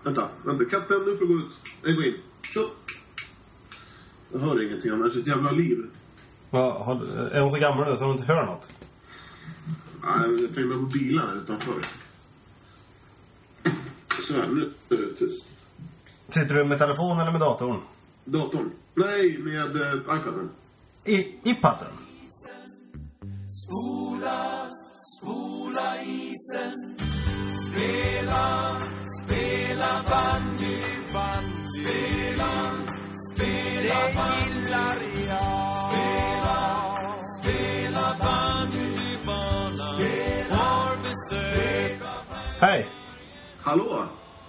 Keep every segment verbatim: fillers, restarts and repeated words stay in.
Vänta, vänta. Katten, nu får gå ut. Jag går in. Så. Jag hör ingenting annars. Ett jävla liv. Ja, har, är hon så gammal nu så hon inte hör något? Nej, jag tänkte på bilarna utanför. Så här, nu är det tyst. Sitter du med telefon eller med datorn? Datorn? Nej, med eh, iPaden. I iPaden? Spola, spola isen. Spela, spela bandy, bandy. Spela, spela bandy. Det gillar jag. Spela, spela bandy, bana. Har besök. Hej. Hallå?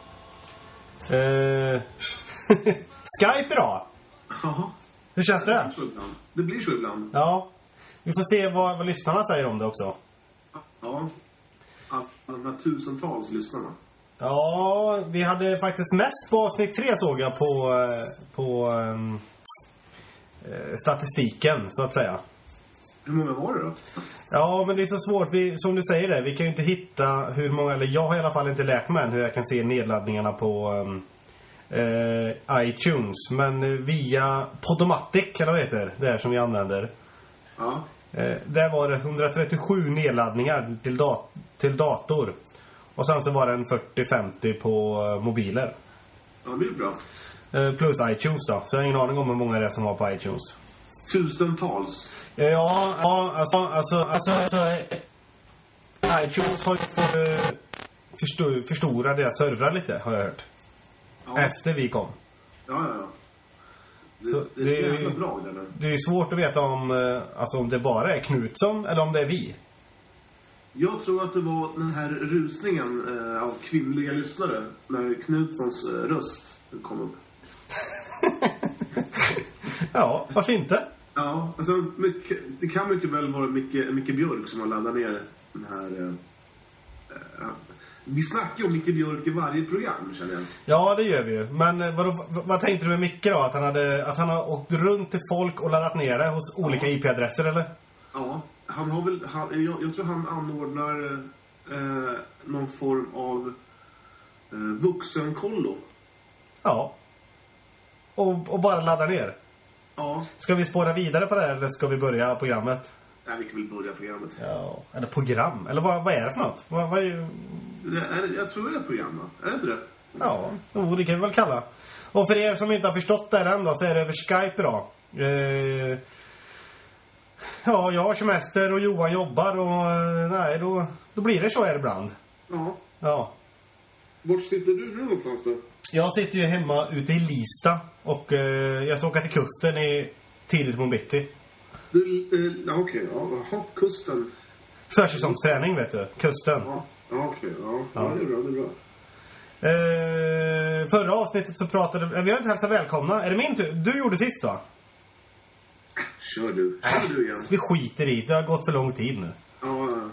Eh, Skype idag. Jaha. Hur känns det? Det blir så ibland. Ja. Vi får se vad, vad lyssnarna säger om det också. Ja. Alla tusentals lyssnarna. Ja, vi hade faktiskt mest på avsnitt tre såg jag på, på um, statistiken så att säga. Hur många var det då? Ja, men det är så svårt. Vi, som du säger det, vi kan ju inte hitta hur många, eller jag har i alla fall inte lärt mig än hur jag kan se nedladdningarna på um, uh, iTunes. Men via Podomatic, eller vad heter det här som vi använder. Ja. Uh, där var det hundratrettiosju nedladdningar till, dat- till dator. Och sen så var det en fyrtio femtio på uh, mobiler. Ja, det är bra. Uh, plus iTunes då. Så jag har ingen aning om hur många det är som var på iTunes. Tusentals. Ja, ja alltså, alltså, alltså, alltså iTunes har ju fått uh, förstor, förstora deras servrar lite, har jag hört. Ja. Efter vi kom. Ja, ja, ja. Det, Så det, det är är ju bra, det, det är ju svårt att veta om, uh, alltså, om det bara är Knutsson eller om det är vi. Jag tror att det var den här rusningen eh, av kvinnliga lyssnare när Knutssons eh, röst kom upp. Ja, varför inte? Ja, alltså mycket, det kan mycket väl vara Micke, Micke Björk som har laddat ner den här... Eh, eh, vi snackar ju om Micke Björk i varje program, känner jag. Ja, det gör vi ju. Men eh, vad, vad tänkte du med Micke då? Att han, hade, att han har åkt runt till folk och laddat ner det hos olika I P-adresser, eller? Ja, han har väl... Han, jag, jag tror han anordnar eh, någon form av eh, vuxenkollo. Ja. Och, och bara ladda ner. Ja. Ska vi spåra vidare på det här eller ska vi börja programmet? Nej, vi kan väl börja programmet. Ja, eller program. Eller vad, vad är det för något? Vad, vad är ju... Det är, jag tror det är program, va? Är det inte det? Ja, oh, det kan vi väl kalla. Och för er som inte har förstått det här än då, så är det över Skype idag. Eh... Ja, jag har semester och Johan jobbar och eh, nej, då, då blir det så här ibland. Ja. Ja. Vart sitter du nu någonstans då? Jag sitter ju hemma ute i Lista och eh, jag ska åka till kusten i tidigt på bitti. Du, eh, ja, okej, ja, jaha, kusten. Försäsongsträning, vet du. Kusten. Ja, ja okej, ja, ja. Ja. Det är bra, det är bra. Eh, förra avsnittet så pratade vi... Vi har inte hälsat välkomna. Är det min tur? Du gjorde sist, va? Kör du. Kör du igen. Vi skiter i. Det har gått för lång tid nu. Ja, ja.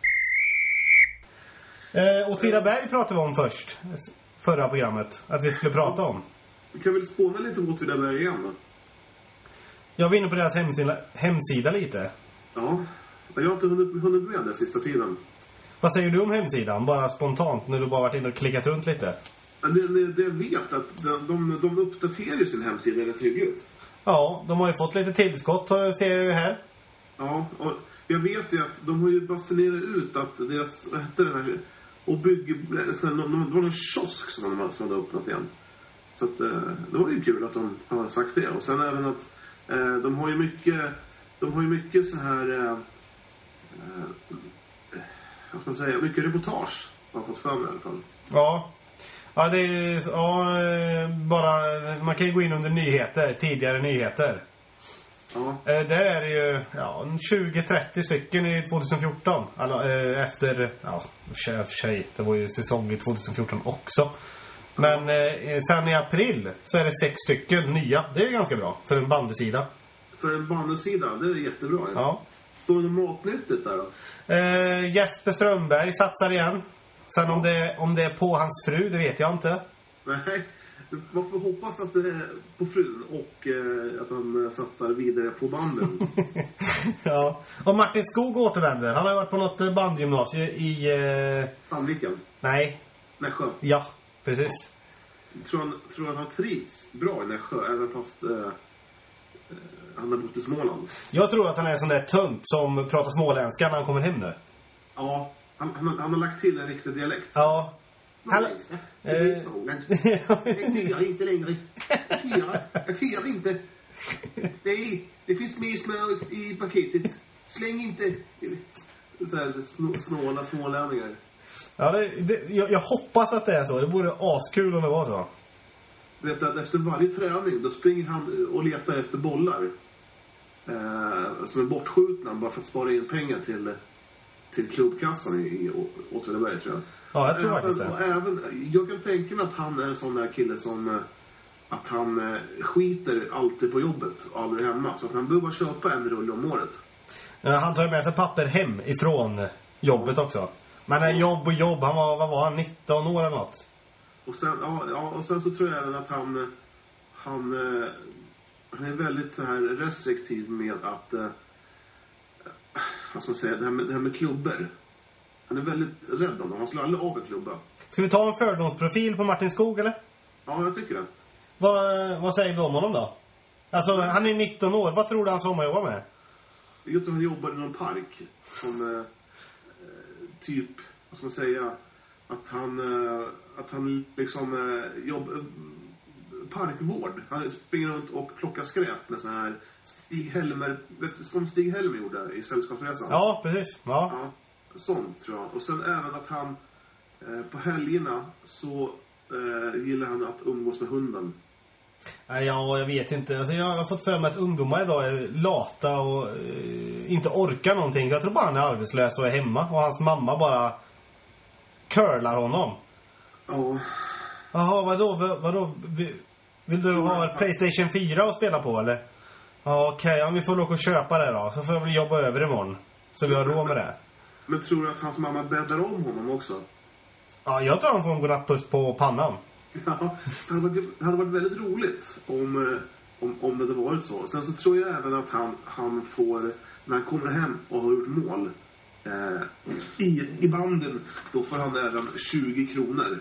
Eh, Åtvidaberg pratade vi om först. Förra programmet. Att vi skulle prata om. Vi kan väl spåna lite mot Åtvidaberg igen då? Jag var inne på deras hemsida, hemsida lite. Ja, jag har inte hunnit, hunnit med det sista tiden. Vad säger du om hemsidan? Bara spontant när du bara varit inne och klickat runt lite. Men det, det, det jag vet att de, de, de uppdaterar ju sin hemsida rätt hyggligt. Ja, de har ju fått lite tillskott, ser jag ju här. Ja, och jag vet ju att de har ju basunerat ut att deras, vad heter det här, och bygg, det var någon kiosk som de som hade öppnat igen. Så att, det var ju kul att de har sagt det. Och sen även att eh, de har ju mycket, de har ju mycket så här, eh, vad ska man säga, mycket reportage har fått för mig i alla fall. Ja. Ja, det är ja, bara man kan ju gå in under nyheter, tidigare nyheter. Ja. Eh, där är det ju ja, tjugo trettio stycken i tjugohundrafjorton. Alltså, eh, efter ja, för sig, det var ju säsong i tjugohundrafjorton också. Men eh, sen i april så är det sex stycken nya. Det är ju ganska bra för en bandesida. För en bandesida, det är jättebra. Ja. Ja. Står det matnyttigt där då? Eh, Jesper Strömberg satsar igen. Sen ja. om, det, om det är på hans fru, det vet jag inte. Nej, man får hoppas att det är på frun och eh, att han satsar vidare på banden. Ja. Och Martin Skog återvänder. Han har varit på något bandgymnasie i... Eh... Sandviken? Nej. Nässjö? Ja, precis. tror han, tror han har trivs bra i Nässjö, även fast eh, han har bott i Småland. Jag tror att han är en sån där tönt som pratar småländska när han kommer hem nu. Ja, han, han, han har lagt till en riktig dialekt. Ja. Han, det är Småland. Jag tyr inte längre. Jag tyr, jag tyr inte. Det, är, det finns mer smör i paketet. Släng inte. Så här, snå, snåla smålänningar. Ja, det, det, jag, jag hoppas att det är så. Det vore askul om det var så. Vet att efter varje träning då springer han och letar efter bollar eh, som är bortskjutna bara för att spara in pengar till, till klubbkassan i, i Åtvidaberg, tror jag. Ja, jag tror även, faktiskt det. och även, jag kan tänka mig att han är en sån där kille som att han eh, skiter alltid på jobbet och aldrig hemma. Så att han behöver bara köpa en rulle om året. Ja, han tar med sig papper hem ifrån jobbet också. Men ja. jobb och jobb, han var, vad var han, nitton år eller något? Och sen, ja, ja, och sen så tror jag även att han, han, eh, han är väldigt så här restriktiv med att, eh, vad ska man säga, det här med, det här med klubbor. Han är väldigt rädd om dem, han slår aldrig av en klubba. Ska vi ta en fördomsprofil på Martin Skog, eller? Ja, jag tycker det. Vad, vad säger vi om honom då? Alltså, han är nitton år, vad tror du han sommarjobbar med? Jag tror han jobbar i någon park som eh, typ, vad ska man säga, att han, eh, att han liksom eh, jobbar parkvård. Han springer runt och plockar skräp med så här Stig Helmer, vet du, som Stig Helmer gjorde i Sällskapsresan. Ja, precis. Ja. Ja, sånt tror jag. Och sen även att han eh, på helgerna så eh, gillar han att umgås med hunden. Ja, jag vet inte. Alltså, jag har fått för mig att ungdomar idag är lata och eh, inte orkar någonting. Jag tror bara han är arbetslös och är hemma. Och hans mamma bara curlar honom. Ja. Jaha, vadå? Vad, vadå? Vill, vill du ha PlayStation fyra att spela på, eller? Ja, okej. Okay, ja, vi får lov att köpa det då. Så får vi jobba över imorgon. Så vi har råd med det. Men tror du att hans mamma bäddar om honom också? Ja, jag tror han får en godnattpuss på pannan. Ja, det hade varit, det hade varit väldigt roligt om, om, om det hade varit så. Sen så tror jag även att han, han får, när han kommer hem och har gjort mål eh, i, i banden, då får han även tjugo kronor.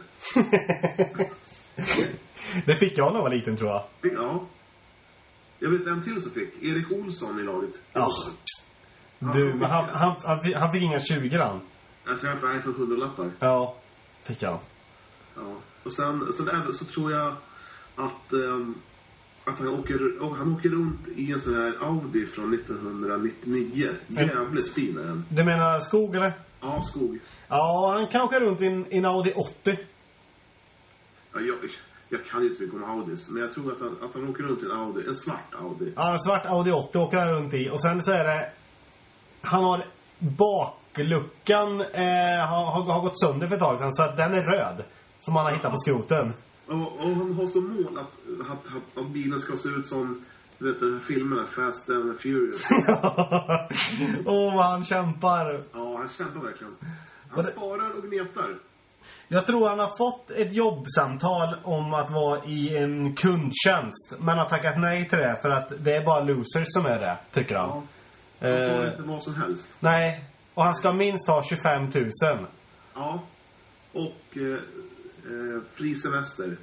Det fick jag när jag var liten, tror jag. Ja. Jag vet en till som fick. Erik Olsson i laget. Ja. Du, men han, han, han, fick, han fick inga tjugo han. Jag tror att han får hundralappar. Ja, fick han. Ja. Och sen, sen även så tror jag att, um, att han, åker, han åker runt i en sån här Audi från nittonhundranittionio. Jävligt fin är den. Du menar Skog, eller? Ja, Skog. Ja, han kan åka runt i en, i en Audi åttio. Ja, jag, jag kan inte så mycket om Audis, men jag tror att han, att han åker runt i en Audi. En svart Audi. Ja, en svart Audi åttio åker han runt i. Och sen så är det... Han har bakluckan eh, har, har, har gått sönder för ett tag sedan, så att den är röd. Som han har hittat på skroten. Och, och han har som mål att, att, att, att bilen ska se ut som, du vet, den här filmen Fast and Furious. Åh, oh, vad han kämpar. Ja, han kämpar verkligen. Han det... sparar och gnetar. Jag tror han har fått ett jobbsamtal om att vara i en kundtjänst. Men har tackat nej till det, för att det är bara losers som är det, tycker han. Ja, han får eh... inte vad som helst. Nej, och han ska minst ha tjugofem tusen. Ja, och... Eh... Eh, fri semester.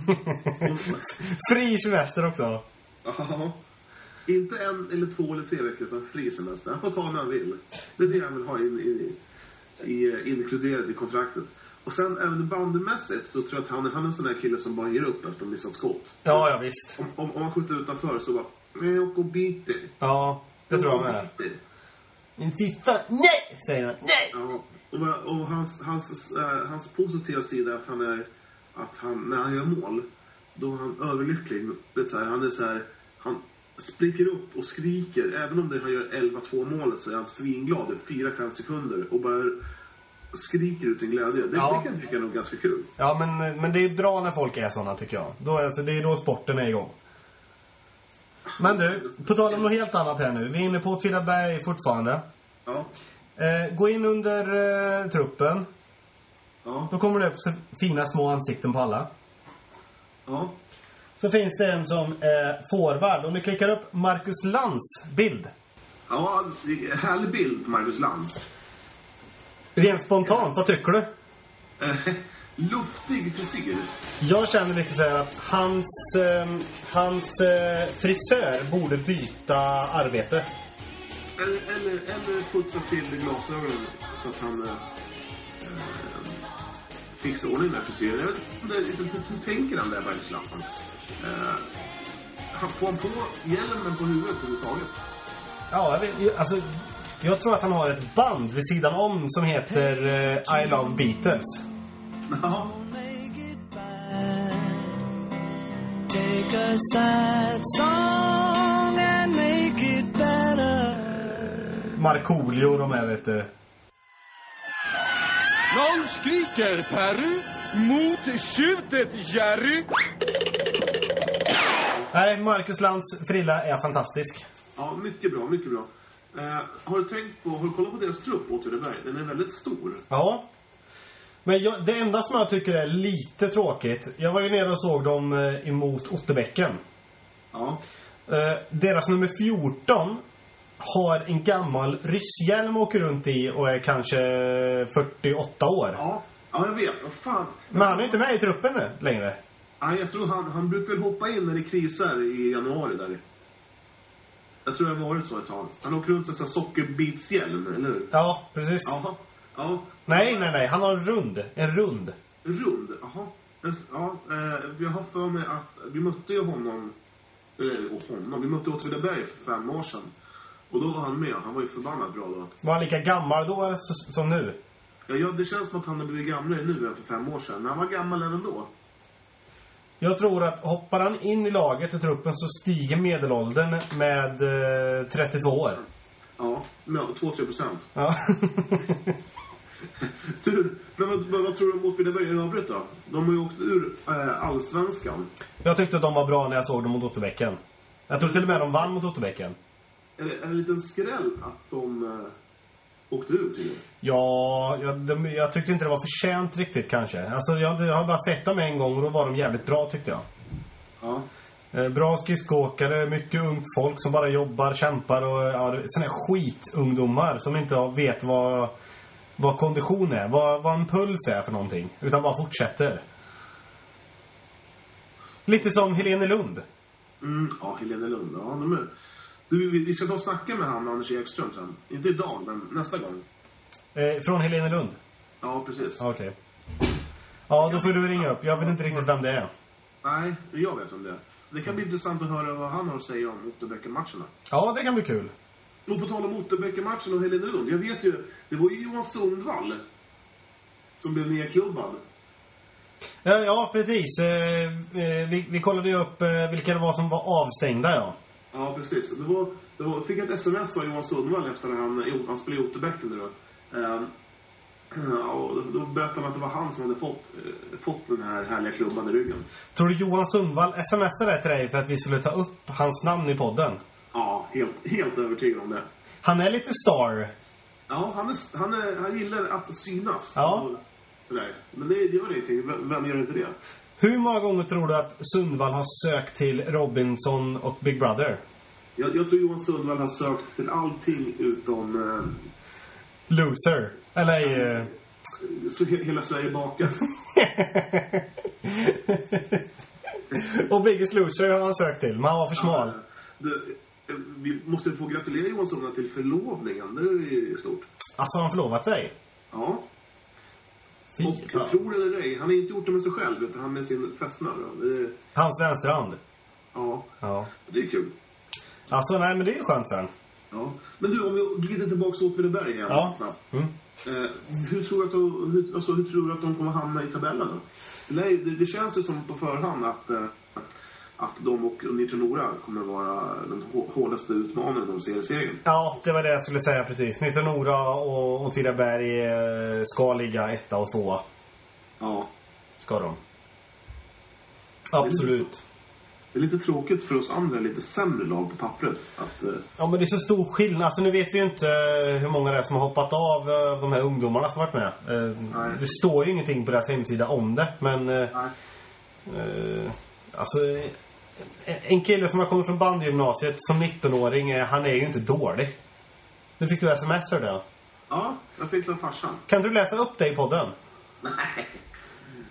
Fri semester också. Ja. Inte en eller två eller tre veckor, utan fri semester. Han får ta när han vill. Det är det han vill ha in, i, i, inkluderat i kontraktet. Och sen även bandymässigt så tror jag att han, han är en sån där kille som bara ger upp efter missat skott. Ja, ja visst. Om, om, om han skjuter utanför så bara, nej, och biter. Ja, det tror jag med. Min fitta, nej, säger han. Nej! Ja. Och, och hans, hans, äh, hans positiva sida är att han är att han, när han gör mål, då är han överlycklig. Vet så här, han är så här, han spricker upp och skriker. Även om det han gör elva två målet så är han svinglad i fyra fem sekunder och bara skriker ut sin glädje. Det, ja. det kan jag tycka är nog ganska kul. Ja, men, men det är bra när folk är sådana, tycker jag. Då, alltså, det är då sporten är igång. Men du, på tal om något helt annat här nu. Vi är inne på Åtvidaberg fortfarande. Ja. Eh, gå in under eh, truppen. Ja. Då kommer det upp så fina små ansikten på alla. Ja. Så finns det en som eh, forward. Om du klickar upp Marcus Lantz bild. Ja, härlig bild på Marcus Lantz. Rent spontant, vad tycker du? luftig frisyr. Jag känner lite så här att hans, eh, hans eh, frisör borde byta arbete. Eller, eller, eller putsa till glasögonen så att han eh, fixar ordning med frisyren. Jag vet inte, hur, hur tänker han där Bergslappans? Eh, han får han på hjälmen på huvudet överhuvudtaget? Ja, jag vet, alltså, jag tror att han har ett band vid sidan om som heter eh, I Love Beatles. Ja. Take a sad song and make it better. Markoolio, de är, vet du. Någon skriker Perry mot skjutet Jerry. Nej, Marcus Lantz frilla är fantastisk. Ja, mycket bra, mycket bra. Eh, har du tänkt på, har du kollat på deras trupp Åtvidaberg? Den är väldigt stor. Ja. Men jag, det enda som jag tycker är lite tråkigt, jag var ju nere och såg dem eh, emot Otterbäcken. Ja. Eh, deras nummer fjorton har en gammal rysshjälm och åker runt i och är kanske fyrtioåtta år. Ja, ja jag vet. Vad fan. Men han är inte med i truppen nu längre. Nej, jag tror han, han brukar väl hoppa in när det krisar i januari där. Jag tror det har varit så ett tag. Han åker runt med en sockerbitshjälm, eller hur? Ja, precis. Jaha. Ja. Nej, nej, nej. Han har en rund. En rund. Rund? Jaha. Ja, eh, jag har för mig att vi mötte ju honom, eller och honom, vi mötte Åtvidaberg för fem år sedan. Och då var han med. Han var ju förbannat bra då. Var han lika gammal då eller som nu? Ja, ja, det känns som att han har blivit gamlare nu än för fem år sedan. Men han var gammal även då. Jag tror att hoppar han in i laget i truppen så stiger medelåldern med eh, trettiotvå år. Ja, med två till tre procent. Ja. Men vad, vad, vad tror du om Åtvidaberg i övrigt då? De har ju åkt ur äh, allsvenskan. Jag tyckte att de var bra när jag såg dem mot Otterbäcken. Jag tror till och med de vann mot Otterbäcken. Är det, är det en liten skräll att de äh, åkte ur till det? Ja, jag, de, jag tyckte inte det var förtjänt riktigt kanske. Alltså jag, jag har bara sett dem en gång och då var de jävligt bra tyckte jag. Ja. Eh, bra skridskoåkare, mycket ungt folk som bara jobbar, kämpar och ja, såna här skitungdomar som inte vet vad, vad kondition är, vad, vad en puls är för någonting. Utan bara fortsätter. Lite som Helene Lund. Mm, ja, Helene Lund. Ja, de är... Du, vi, vi ska ta och snacka med han, Anders Ekström sen. Inte idag, men nästa gång. Eh, från Helene Lund? Ja, precis. Okej. Okay. Ja, då får du ringa upp. Jag vet inte riktigt vem det är. Nej, jag vet om det är. Det kan bli intressant att höra vad han har att säga om Otterbäcken-matcherna. Ja, det kan bli kul. Och på tal om Otterbäcken-matchen och Helene Lund. Jag vet ju, det var ju Johan Sundvall som blev nedklubbad. Ja, ja precis. Eh, vi, vi kollade ju upp eh, vilka det var som var avstängda, ja. Ja, precis. Det var, det var, fick ett sms av Johan Sundvall efter att han, han spelade i Otterbäcken då. Ehm, och då berättade han att det var han som hade fått, eh, fått den här härliga klubban i ryggen. Tror du Johan Sundvall smsade till dig för att vi skulle ta upp hans namn i podden? Ja, helt, helt övertygad om det. Han är lite star. Ja, han, är, han, är, han gillar att synas. Ja. Sådär. Men det, det var ingenting. Vem, vem gör inte det? Hur många gånger tror du att Sundvall har sökt till Robinson och Big Brother? Jag, jag tror Johan Sundvall har sökt till allting utom... Eh, Loser. Eller... Eh... Så he, hela Sverige bakar. Och Biggest Loser har han sökt till. Men han var för smal. Ja, det, vi måste få gratulera Johan Sundvall till förlovningen. Det är ju stort. Alltså har han förlovat sig? Ja. Fy, och jag tror det eller ej, han har inte gjort det med sig själv utan han med sin fästmö. Det... Hans vänsterhand? Ja. Ja. Det är kul. Alltså nej, men det är ju skönt för en. Ja. Men du, om vi glider tillbaka till Åtvidaberg igen. Ja. Mm. Eh, hur, tror du att de, hur, alltså, hur tror du att de kommer hamna i tabellen då? Nej, det, det känns ju som på förhand att, eh, att de och Nitro Nora kommer vara den hårdaste utmanaren de ser i serien. Ja, det var det jag skulle säga precis. Nitro Nora och Åtvidaberg eh, ska ligga etta och tvåa. Ja. Ska de. Absolut. Det är lite tråkigt för oss andra, lite sämre lag på pappret. Att, eh... Ja, men det är så stor skillnad. Alltså, nu vet vi ju inte hur många det är som har hoppat av eh, de här ungdomarna som varit med. Eh, det står ju ingenting på deras hemsida om det. Men eh, eh, alltså, en kille som har kommit från bandgymnasiet som nittonåring, eh, han är ju inte dålig. Nu fick du sms för det. Ja, jag fick det av farsan. Kan du läsa upp det i podden? Nej.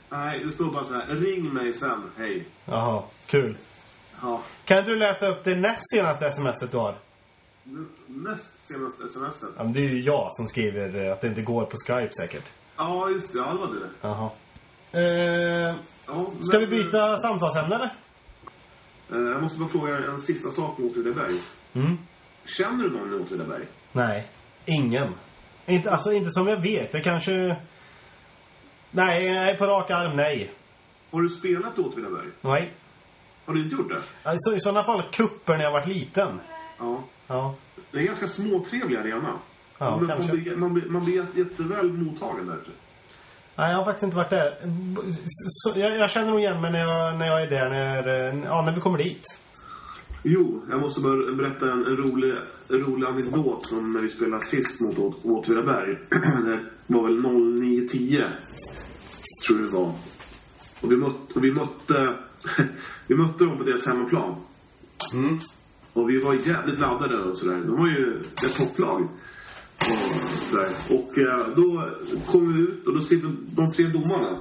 Nej, det står bara så här. Ring mig sen, hej. Jaha, kul. Ja. Kan du läsa upp det näst senaste smset du har? Näst senaste smset? Ja, men det är ju jag som skriver att det inte går på Skype säkert. Ja, just det. Ja, det var det. Jaha. Eh, ja, ska men, vi byta samtalsämne eller? Eh, jag måste bara fråga en sista sak mot Åtvidaberg. Mm. Känner du någon i Åtvidaberg? Nej, ingen. Inte, alltså inte som jag vet. Jag kanske... Nej, nej, på rak arm, nej. Har du spelat i Åtvidaberg? Nej. Har du inte gjort det? Alltså, i sådana fall kupper när jag varit liten. Ja. Ja. Det är en ganska småtrevlig arena. Ja, man, kanske. Man blir, man, blir, man blir jätteväl mottagen där. Nej, jag har faktiskt inte varit där. Så, jag, jag känner nog igen mig när jag, när jag är där, när, ja, när vi kommer dit. Jo, jag måste bara berätta en, en, rolig, en rolig anekdot som när vi spelade sist mot Åtvidaberg. Det var väl noll nio tio, tror jag det var. Och vi mötte, och vi mötte, vi mötte dem på deras hemmaplan. Mm. Och vi var jävligt laddade och sådär. De var ju ett topplag. Och, sådär. och eh, då kom vi ut och då sitter de tre domarna.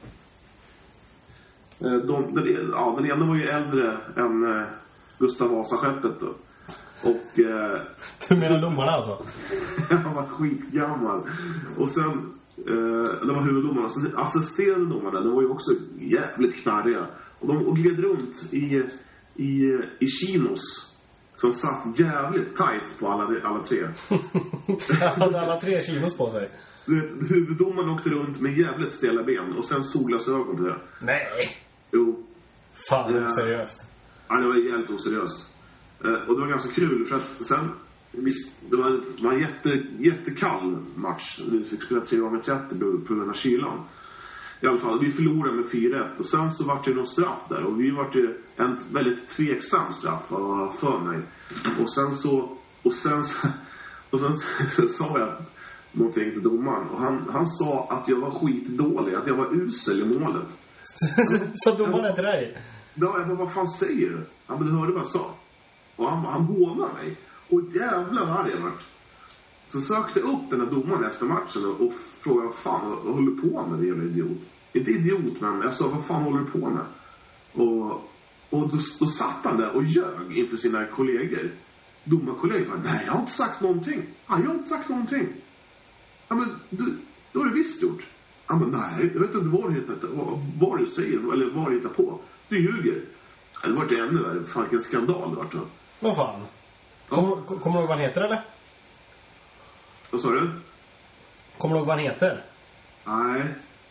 Eh, de, den, ja, den ena var ju äldre än eh, Gustav Vasa-skeppet då. Och... Eh, du menar domarna alltså? han var skitgammal. Och sen... Eh, det var huvuddomarna. Så assisterande domarna, de var ju också jävligt knarriga. Och de och gled runt i, i, i chinos. Som satt jävligt tight på alla, alla tre. hade alla tre chinos på sig. Du vet, huvuddomaren åkte runt med jävligt stela ben. Och sen solglasögon på det. Nej. Jo. Fan, eh, seriöst. Ja, det var jävligt oseriöst. Eh, och det var ganska kul för att sen... Visst, det var, det var en jätte, jättekall match. Vi fick spela tre gånger trettio på grund av kylan. I alla fall, vi förlorade med fyra ett. Och sen så var det någon straff där. Och vi var det en väldigt tveksam straff för mig. Och sen så... Och sen så... Och sen så sa jag någonting till domaren. Och han, han sa att jag var skitdålig. Att jag var usel i målet. Så domaren är till dig? Ja, jag bara, vad fan säger du? Ja, men du hörde vad jag sa. Och han, han hånade mig. Och jävlar vad jag varit. Så sökte jag upp den här domaren efter matchen och, och frågade vad fan vad håller du på med, det jävla idiot. Inte idiot, men jag sa vad fan håller du på med. Och, och då, då satt han där och ljög inför sina kollegor. Domarkollegor bara, nej jag har inte sagt någonting. Ja, jag har inte sagt någonting. Ja, men du, då har du visst gjort. Ja, men nej, jag vet inte vad du hittar, vad, vad du säger eller vad du hittar på. Du ljuger. Ja, det var det ännu värre. Fan, vilken skandal det var då. Vad fan? Kommer, kommer du ihåg vad han heter eller? Vad sa du? Kommer du ihåg vad han heter? Nej.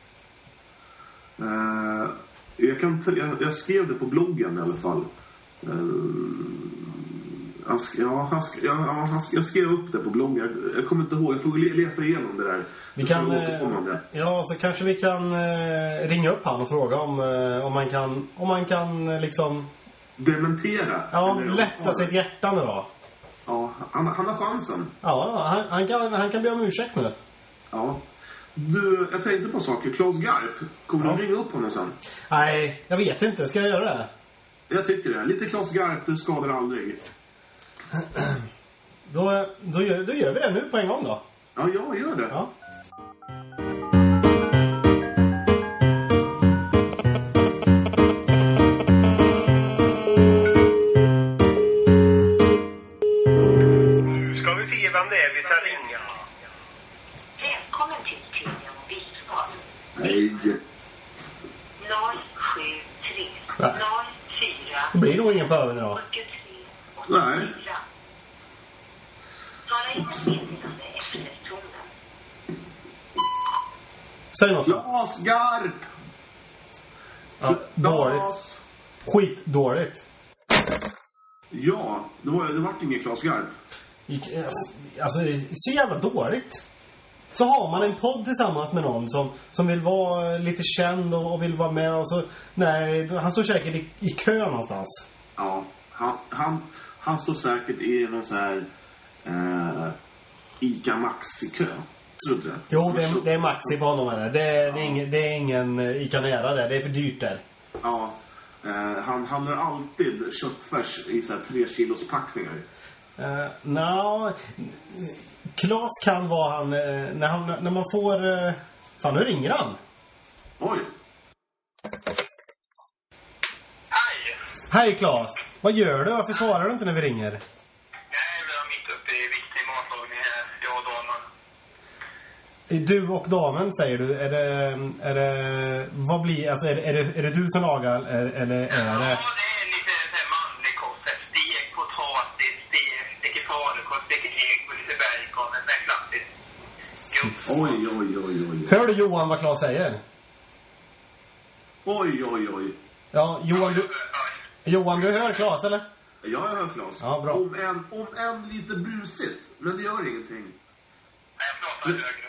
Uh, jag, kan t- jag, jag skrev det på bloggen i alla fall. Uh, jag, ja, han sk- ja, han, jag skrev upp det på bloggen. Jag, jag kommer inte ihåg. Jag får leta igenom det där. Vi kan, eh, ja, så kanske vi kan eh, ringa upp han och fråga om, eh, om man kan, om man kan eh, liksom... Dementera. Ja, lätta sitt hjärta nu då. Ja, han, han har chansen. Ja, han, han, kan, han kan be om ursäkt nu. Ja. Du, jag tänkte på saker. Claes Garp, kommer ja. du ringa upp honom sen? Nej, jag vet inte. Ska jag göra det? Jag tycker det. Lite Claes Garp, det skadar aldrig. då, då, gör, då gör vi det nu på en gång då. Ja, jag gör det. Ja. Vem det är vi ska ringa. Välkommen till Telia mobilsvar. Nej. noll sju tre noll fyra Det blir nog ingen på öven idag. fyrtiotre Nej. Svara in ett meddelande efter tonen. Säg något då. Claes Garp! Ja, dåligt. Skitdåligt. Ja, det var, det var ingen Claes Garp. Alltså, så jävla dåligt. Så har man en podd tillsammans med någon som, som vill vara lite känd och, och vill vara med och så, nej, han står säkert i, i kö någonstans. Ja, han, han, han står säkert i någon så här eh, Ica Maxi-kö. Tror du det? Jo, det är, det är Maxi på honom. Eller? Det, är, ja. det, är ingen, det är ingen Ica Nära där, det är för dyrt där. Ja, eh, han handlar alltid köttfärs i så här tre kilos packningar. Uh, no, Claes kan vara han, uh, när han när man får uh, fan, nu ringer han. Oj. Hej! Hej Claes, vad gör du? Varför svarar du inte när vi ringer? Jag är mitt uppe i viktig matlagning här, jag och damen. Du och damen säger du, är det, är det, vad blir, alltså är det, är det, är det du som lagar eller är det? Ja, det är lite så här manlig kost, stek, potatis, stek, steker falukorv, steker ägg och lite bacon, en sån här klassisk. Jo. Oj, oj, oj, oj. Hör du Johan vad Claes säger? Oj, oj, oj. Ja, Johan du, Johan, du hör Claes eller? Ja, jag hör Claes. Ja, bra. Om en, om en lite busigt, men det gör ingenting. Nej, jag pratar högre.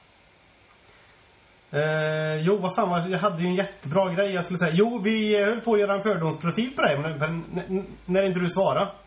Eh, jo, vad fan, var- jag hade ju en jättebra grej jag skulle säga. Jo, vi höll på att göra en fördomsprofil på dig, men, men n- när inte du svarade. Ett,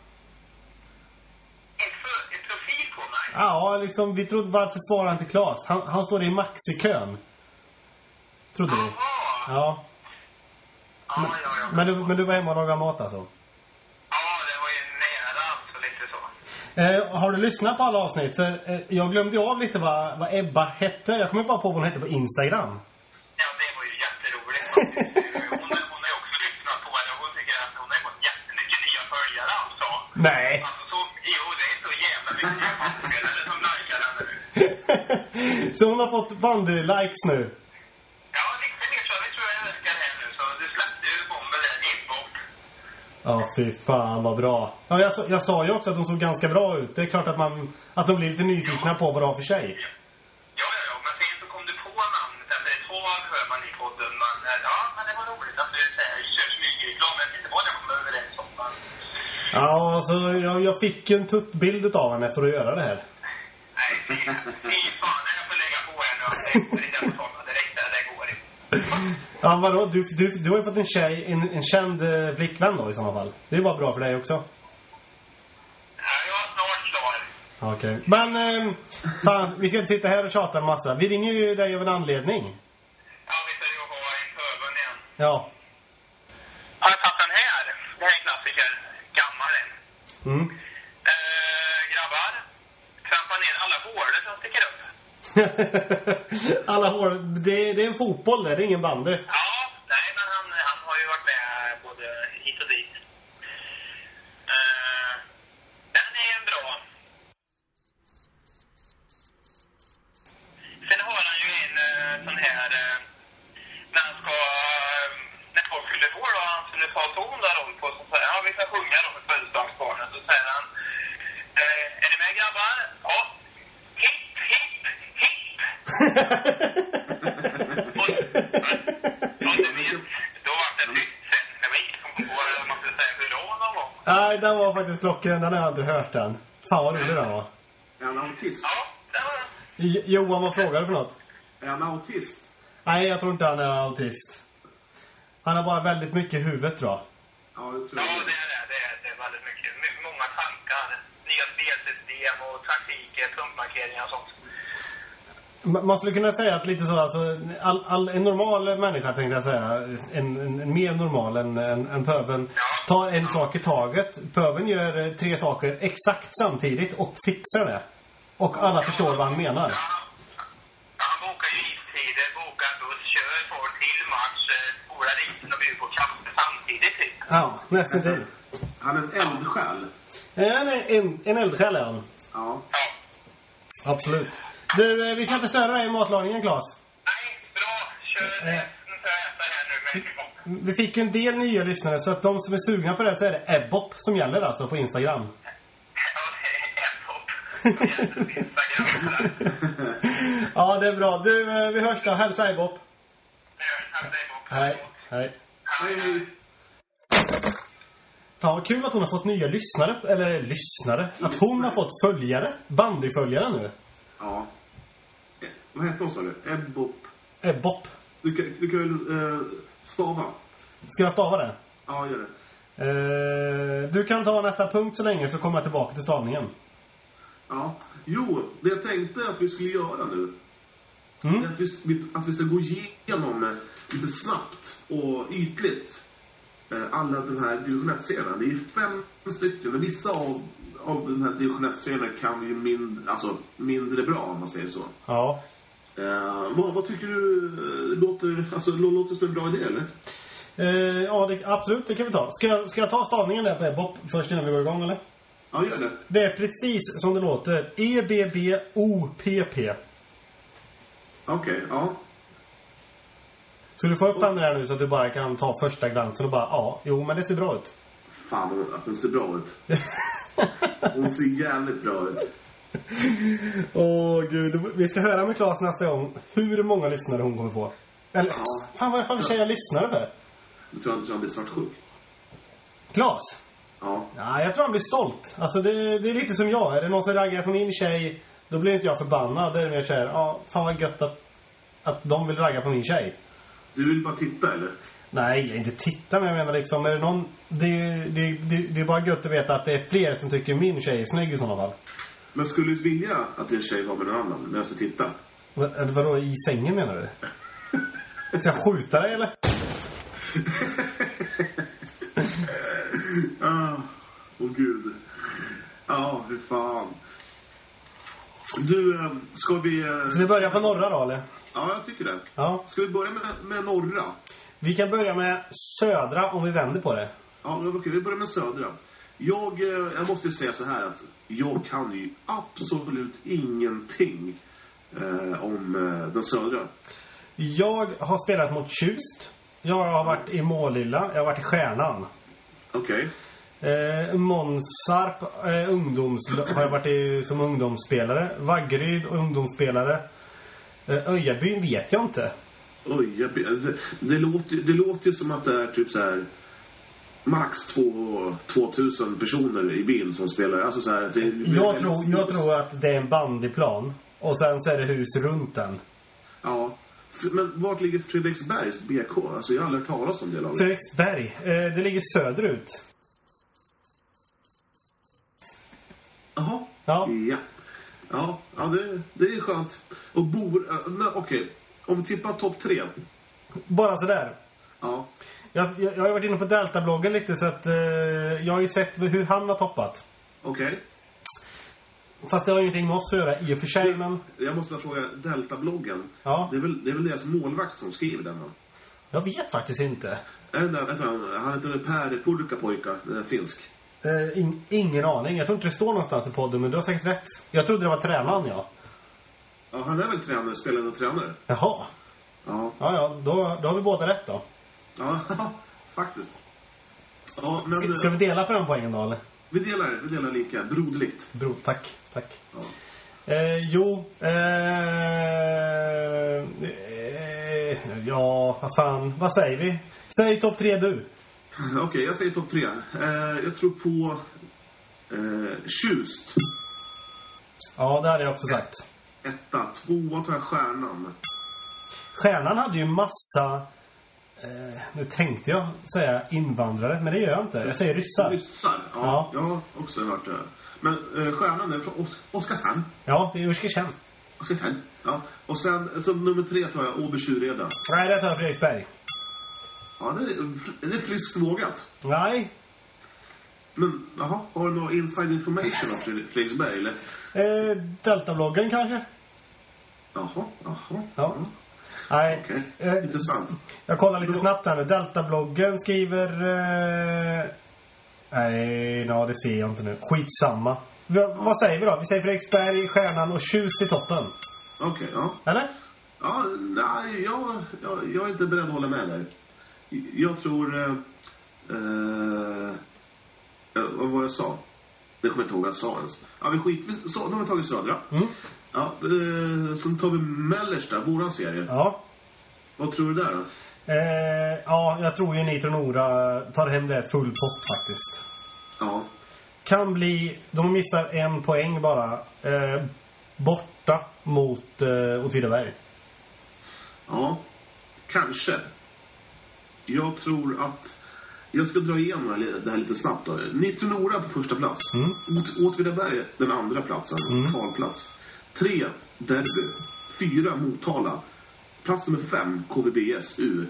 för, ett profil på mig? Ja, liksom, vi trodde, varför svarar inte Claes? Han, han står i maxikön. Trodde vi. Jaha! Ja, Ja, ja, ja. men du, men du var hemma och lagade mat alltså. Ja, det var ju nära, alltså lite så. Eh, har du lyssnat på alla avsnitt? För, eh, jag glömde ju av lite vad, vad Ebba hette. Jag kommer bara på vad hon hette på Instagram. Ja, det var ju jätteroligt faktiskt. Hon, hon har ju också lyssnat på det och hon tycker att hon har fått jättemycket nya följare alltså. Nej. Alltså så, jo, det är så jävla mycket spelare som likar henne nu. Så hon har fått bandy-likes nu. Ja, lite mer så. Det tror jag älskar henne nu. Så du släppte ju bomben där inbort. Ja, fy fan vad bra. Ja, jag, sa- jag sa ju också att de såg ganska bra ut. Det är klart att, man, att de blir lite nyfikna på vad de har för sig. Ja, ja, ja. Men sen så kom du på namnet. Efter ett tag hör man i podden. Man, ja, men det var roligt att du så här, kör smygreklam. Jag vet inte vad jag kommer överens om. Men... Ja, alltså jag, jag fick ju en tuttbild av henne för att göra det här. Nej, fy fy fan. Jag får lägga på henne. Jag tänkte det där på sådana direkt. Där det går inte. Ja, vadå? Du, du, du har ju fått en tjej, en, en känd eh, flickvän då i sådana fall. Det är bara bra för dig också. Ja, jag är snart klar. Okej. Men, eh, fan, vi ska inte sitta här och tjata en massa. Vi ringer ju dig av en anledning. Ja, vi ska ju ha en förbund igen. Ja. Har jag tagit den här? Det här är en klassiker. Gammal en. Mm. Eh, grabbar. Trampa ner alla hårder som sticker upp. Alla hår, det, det är en fotboll där, det är ingen bandy. Ja, nej, men han, han har ju varit med både hit och dit. Eh, den är en bra. Sen har han ju en eh, sån här... Eh, när han ska... Eh, när folk fyller år då, han skulle ta ton där om på, så säger han, ja, vi ska sjunga då för födelsedagsbarnen. Så säger han, eh, är ni med grabbar? Ja. Hipp, hipp, hipp. och, och du vet, då var det nytt sen. Jag vet inte om vad man skulle säga hurra någon gång. Nej, den var faktiskt klockren, den har jag inte hört än. Fan vad rolig den var. Är han autist? Ja, det var det. J- Johan, vad frågar du för något? Är han autist? Nej, jag tror inte han är autist. Han har bara väldigt mycket i huvudet, tror jag. Ja, det tror Ja, jag. det är det. Det är, det är väldigt mycket. My- Många tankar. Nya spelsystem och taktiker, punktmarkeringar och sånt. M- Man skulle kunna säga att lite så, alltså, all, all, en normal människa tänkte jag säga, en, en, en mer normal än en, en pöven, tar en sak i taget. Pöven gör eh, tre saker exakt samtidigt och fixar det. Och alla förstår vad han menar. Ja, han bokar ju istider, bokar buss, kör folk till match, eh, spolar isen och bjuder på kaffe samtidigt. Typ. Ja, nästan till. Han är en eldsjäl. En, en, en eldsjäl är han. Ja. Ja. Absolut. Du, eh, vi ska inte störa dig i matlagningen, Claes. Nej, bra. Kör Eh. resten så jag äter här nu med igång. Vi fick ju en del nya lyssnare, så att de som är sugna på det så är det Ebbop som gäller alltså på Instagram. Ja, det är en topp. Som gäller på Instagram. Ja, det är bra. Du, eh, vi hörs då. Hälsa Ebbop. Tack dig, Bob. Hej. Hej. Hej, hej. Fan vad kul att hon har fått nya lyssnare. Eller lyssnare. Att hon har fått följare. Bandyföljare nu. Ja. Eh, Vad heter hon, sa du? Ebbop. Ebbop. Du kan, du kan ju eh, stava. Ska jag stava det? Ja, gör det. Eh, du kan ta nästa punkt så länge, så kommer jag tillbaka till stavningen. Ja. Jo, det jag tänkte att vi skulle göra nu. Mm. är Att, vi, att vi ska gå igenom eh, lite snabbt och ytligt eh, alla de här division ett-serierna. Det är ju fem stycken. Men vissa av, av de här division ett-serierna kan ju mind, alltså, mindre bra, om man säger så. Ja. Uh, vad, vad tycker du låter, alltså, låter som en bra idé, eller? Uh, ja, det, absolut, det kan vi ta. Ska jag, ska jag ta stavningen där på Ebop först innan vi går igång, eller? Ja, gör det. Det är precis som det låter. E B B O P P. Okej, okay, ja. Så du får upp den där nu så att du bara kan ta första glansen och bara, ja, jo, men det ser bra ut. Fan, att den ser bra ut. Hon ser jävligt bra ut. Åh, oh, gud. Vi ska höra med Claes nästa gång hur många lyssnare hon kommer få. Eller, ja. Fan, vad fan säger jag lyssnare för? Du tror att han blir svartsjuk? Claes? Ja. Ja, jag tror han blir stolt. Alltså, det, det är lite som jag. Är det någon som raggar på min tjej, då blir inte jag förbannad. Det är mer såhär, ja, fan vad gött att, att de vill ragga på min tjej. Du vill bara titta, eller? Nej, inte titta, men jag menar liksom, är det någon... Det, det, det, det är bara gött att veta att det är fler som tycker min tjej är snygg i sådana fall. Men skulle du vilja att din tjej var med någon annan när jag ska titta? Vad, vadå, i sängen menar du? Ska jag skjuta dig, eller? Ah, åh oh, gud. Ja, ah, hur fan. Du, äh, ska vi... Äh, ska vi börja på norra då, eller? Ja, jag tycker det. Ja. Ska vi börja med, med norra? Vi kan börja med södra om vi vänder på det. Ja, okej, okay, vi börjar med södra. Jag, jag måste säga så här att jag kan ju absolut ingenting eh, om eh, den södra. Jag har spelat mot Tjust. Jag har varit i Målilla. Jag har varit i Stjärnan. Okej. Okay. Eh, Månsarp eh, ungdoms, har jag varit i, som ungdomsspelare. Vaggeryd och ungdomsspelare. Eh, Öjabyn vet jag inte. Öjabyn, det, det, låter, det låter ju som att det är typ så här... Max två tusen personer i byn som spelar. Alltså så här, det är jag, tror, jag tror att det är en bandyplan. Och sen så är det hus runt den. Ja. Men vart ligger Fredriksbergs B K? Alltså jag har aldrig hört talas om det laget. Fredriksberg, eh, det ligger söderut. Jaha. Ja. Ja. Ja, ja det, det är skönt. Och bor... Uh, okej. Okay. Om vi tippar topp tre. Bara sådär. Ja. Jag, jag, jag har varit inne på Delta-bloggen lite så att eh, jag har ju sett hur han har toppat. Okej. Okay. Fast det har ju ingenting med oss att göra i och för sig, men... Jag måste bara fråga, Delta-bloggen. Ja. Det är väl, det är väl deras målvakt som skriver den, va? Jag vet faktiskt inte. Är det där, vet du, han heter Per Purkapojka, den är finsk. Eh, in, ingen aning. Jag tror inte det står någonstans i podden, men du har säkert rätt. Jag trodde det var tränaren, ja. Ja, han är väl tränare, spelande tränare. Jaha. Ja. Ja, ja, då, då har vi båda rätt då. Ja, faktiskt. Ja, men, ska, ska vi dela på den poängen då, eller? Vi delar, vi delar lika, broderligt. Bro, tack, tack. Ja. Eh, jo, eh, eh, ja, vad fan, vad säger vi? Säg topp tre du. Okej, okay, jag säger topp tre. Eh, jag tror på eh, Tjust. Ja, det hade jag också sagt. Etta, tvåa tar jag Stjärnan. Stjärnan hade ju massa... Eh, nu tänkte jag säga invandrare, men det gör jag inte. Jag säger ryssar. Ryssar, ja. ja. Jag har också hört det. Men eh, Stjärnan är från Os- Oskarshamn. Ja, det är Oskarshamn. Oskarshamn, ja. Och sen som nummer tre tar jag Åby Tjureda. Nej, det tar jag Fredriksberg. Ja, det är, det är friskt vågat. Nej. Men, jaha, har du någon inside information om Fredriksberg, eller? Eh, Delta-bloggen kanske? Jaha, jaha. Ja. ja. Nej. Okej, eh, intressant. Jag kollar lite snabbt här nu. Delta-bloggen skriver... Eh... Nej, no, det ser jag inte nu. Skitsamma. V- ja. Vad säger vi då? Vi säger Fredriksberg, Stjärnan och Tjust i toppen. Okej, okay, ja. Eller? Ja, nej, jag, jag, jag är inte beredd att hålla med där. Jag tror... Eh, eh, vad var det jag sa? Det kommer jag inte ihåg vad jag sa ens. Ja, vi skit... Vi, så, nu har vi tagit södra. Mm. Ja, eh, sen tar vi Mellersta, våran serie. Ja. Vad tror du där då? Eh, ja, jag tror ju Nitro Nora tar hem det full post faktiskt. Ja. Kan bli... De missar en poäng bara. Eh, borta mot eh, Åtvidaberg. Ja, kanske. Jag tror att... Jag ska dra igenom det här lite snabbt då. Nitro Nora på första plats. Mm. Åt, Åtvidaberg den andra platsen. Mm. Kvalplats. Tre, Derby. Fyra, Motala. Plats nummer fem, K V B S U.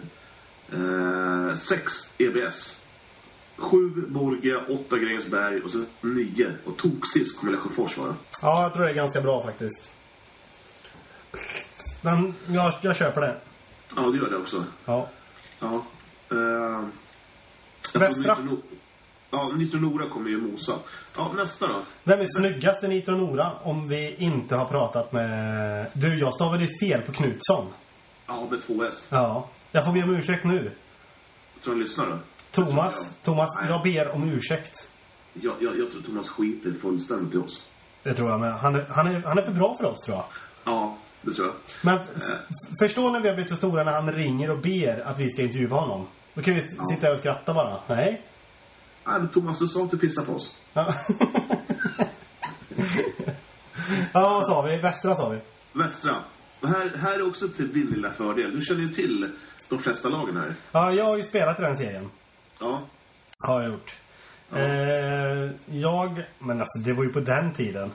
Eh, sex, E B S. Sju, Borga. Åtta, Grängesberg. Och så nio. Och toksist kommer Lesjöfors vara. Ja, jag tror det är ganska bra faktiskt. Men jag, jag köper det. Ja, det gör det också. Ja. Ja. Uh, Västra. Nitro, ja, Nitro Nora kommer ju mosa. Ja, nästa då. Vem är snyggast i Nitro Nora om vi inte har pratat med... Du, jag stavade fel på Knutsson. Ja, med två S. Ja. Jag får be om ursäkt nu. Jag tror han lyssnar då. Thomas, jag Thomas, Nej. jag ber om ursäkt. Jag, jag, jag tror Thomas skiter fullständigt i oss. Det tror jag med. Han är, han är, han är för bra för oss, tror jag. Ja, det tror jag. Men f- förstå när vi har blivit så stora när han ringer och ber att vi ska intervjua honom. Då kan vi s- Ja. sitta här och skratta bara. Nej. Nej, men Thomas, du sa att du pissar på oss. Ja, ja vad sa vi? Västra sa vi. Västra. Och här, här är också till din lilla fördel. Du känner ju till de flesta lagen här. Ja, jag har ju spelat i den serien. Ja. Har jag gjort. Ja. Eh, jag... Men alltså, det var ju på den tiden.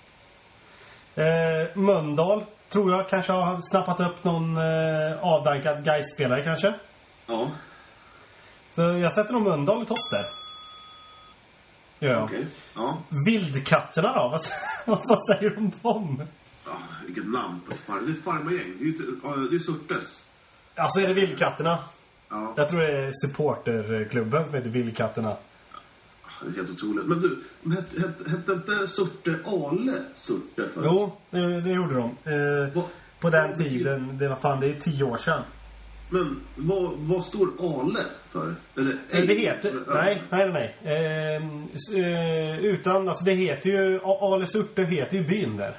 Eh, Mölndal tror jag kanske har snappat upp någon eh, avdankad Gais-spelare kanske. Ja. Så jag sätter nog Mölndal i topp där. Ja. Okej. Ja. Vildkatterna då? Vad, vad, vad säger du om dem? Ja, vilket namn på ett farm. Det är ett farmargäng. Det är ju inte- ja, det är Surtes. Alltså är det Vildkatterna? Ja, Jag tror det är supporterklubben som heter Vildkatterna. det är helt otroligt. Men du, hette het, het, inte Surte Ale Surte för? Jo, det, det gjorde de. Eh, Vad- på den vad- tiden, det var fan, det är tio år sedan. Men vad, vad står Ale för? Eller, Eh, Det heter... Nej, nej, nej. Eh, s- eh, utan, alltså det heter ju... A- Ale Surte heter ju byn där.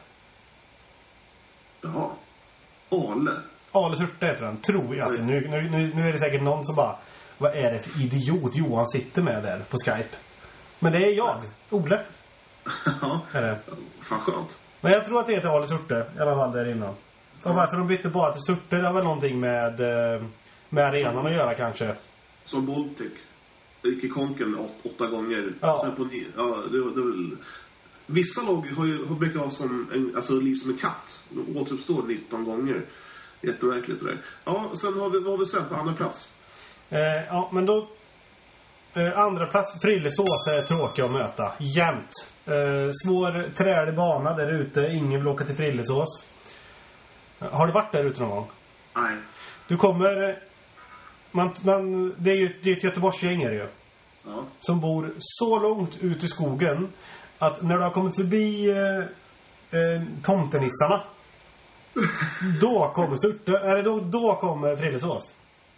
Jaha. Ale. Ale Surte heter den, tror jag. Alltså, nu, nu, nu nu är det säkert någon som bara... Vad är det för idiot Johan sitter med där på Skype? Men det är jag, Ole. Ja. Är det. Fan skönt. Men jag tror att det heter Ale Surte, i alla fall där innan. Och varför de bytte bara till Surte, det har väl någonting med, eh, med arenan att göra kanske. Som Baltic. Det gick i konken åt, åtta gånger. Ja. Sen på ni, ja, det, var- det var väl... Vissa lag har ju har brukar ha som en, alltså liv som en katt. De återuppstår nitton gånger. Jätteverkligt det där. Ja, sen har vi, vad har vi sen på andra plats? Eh, ja, men då... Eh, andra plats, Frillesås är tråkig att möta. Jämt. Eh, svår trälig bana där ute. Ingen vill åka till Frillesås. Eh, har du varit där ute någon gång? Nej. Du kommer... Man, man, det är ju det är ett Göteborgsgäng är det ju. Ja. Som bor så långt ut i skogen att när du har kommit förbi eh, eh, tomtenissarna då kommer Surte, eller då, då kommer Frillesås.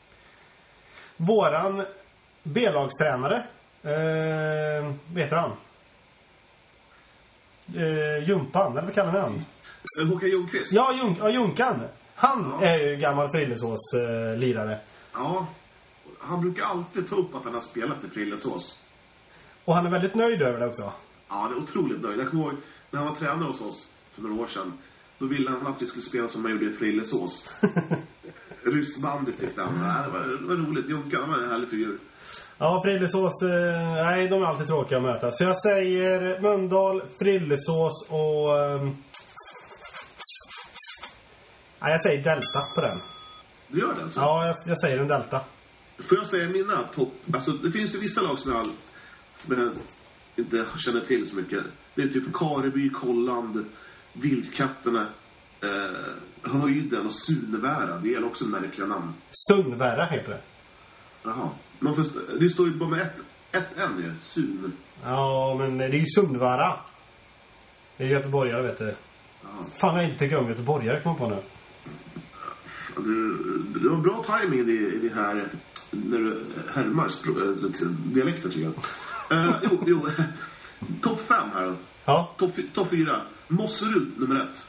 Våran B-lagstränare eh, vet du han? Eh, Jumpan, eller vad kallar ni han? Eh, Håkan Ljungqvist? Ja, Junk, ja, Junkan. Han Ja. är ju gammal Frillesås eh, lirare. Ja. Han brukar alltid ta upp att han har spelat i Frillesås. Och han är väldigt nöjd över det också. Ja, det är otroligt nöjd. Jag kommer ihåg när han var tränare hos oss för några år sedan. Då ville han att vi skulle spela som man gjorde i Frillesås. Ryssbandet tyckte han. Ja, det, var, det var roligt. Junkan, han var en härlig figur. Ja, Frillesås, eh, nej, de är alltid tråkiga att möta. Så jag säger Mölndal, Frillesås och... Eh, nej, jag säger Delta på den. Du gör det alltså? Ja, jag, jag säger en Delta. Får jag säga mina topp... Alltså, det finns ju vissa lag som jag, som jag inte känner till så mycket. Det är typ Kareby, Kolland, Vildkatterna, eh, Höjden och Sunvära. Det är också märkliga namn. Sundvärra heter det. Jaha. Man först, det står ju bara med ett, ett N ju. Sun. Ja, men det är ju Sundvärra. Det är göteborgare, vet du. Ja. Fan, jag inte tycker om göteborgare, kom på nu. Det, det var bra timing i, i det här när du härmar spro- äh, dialekter tycker jag. Uh, jo, jo. Topp fem här då. Ja. Topp top fyra. Mosserud nummer ett.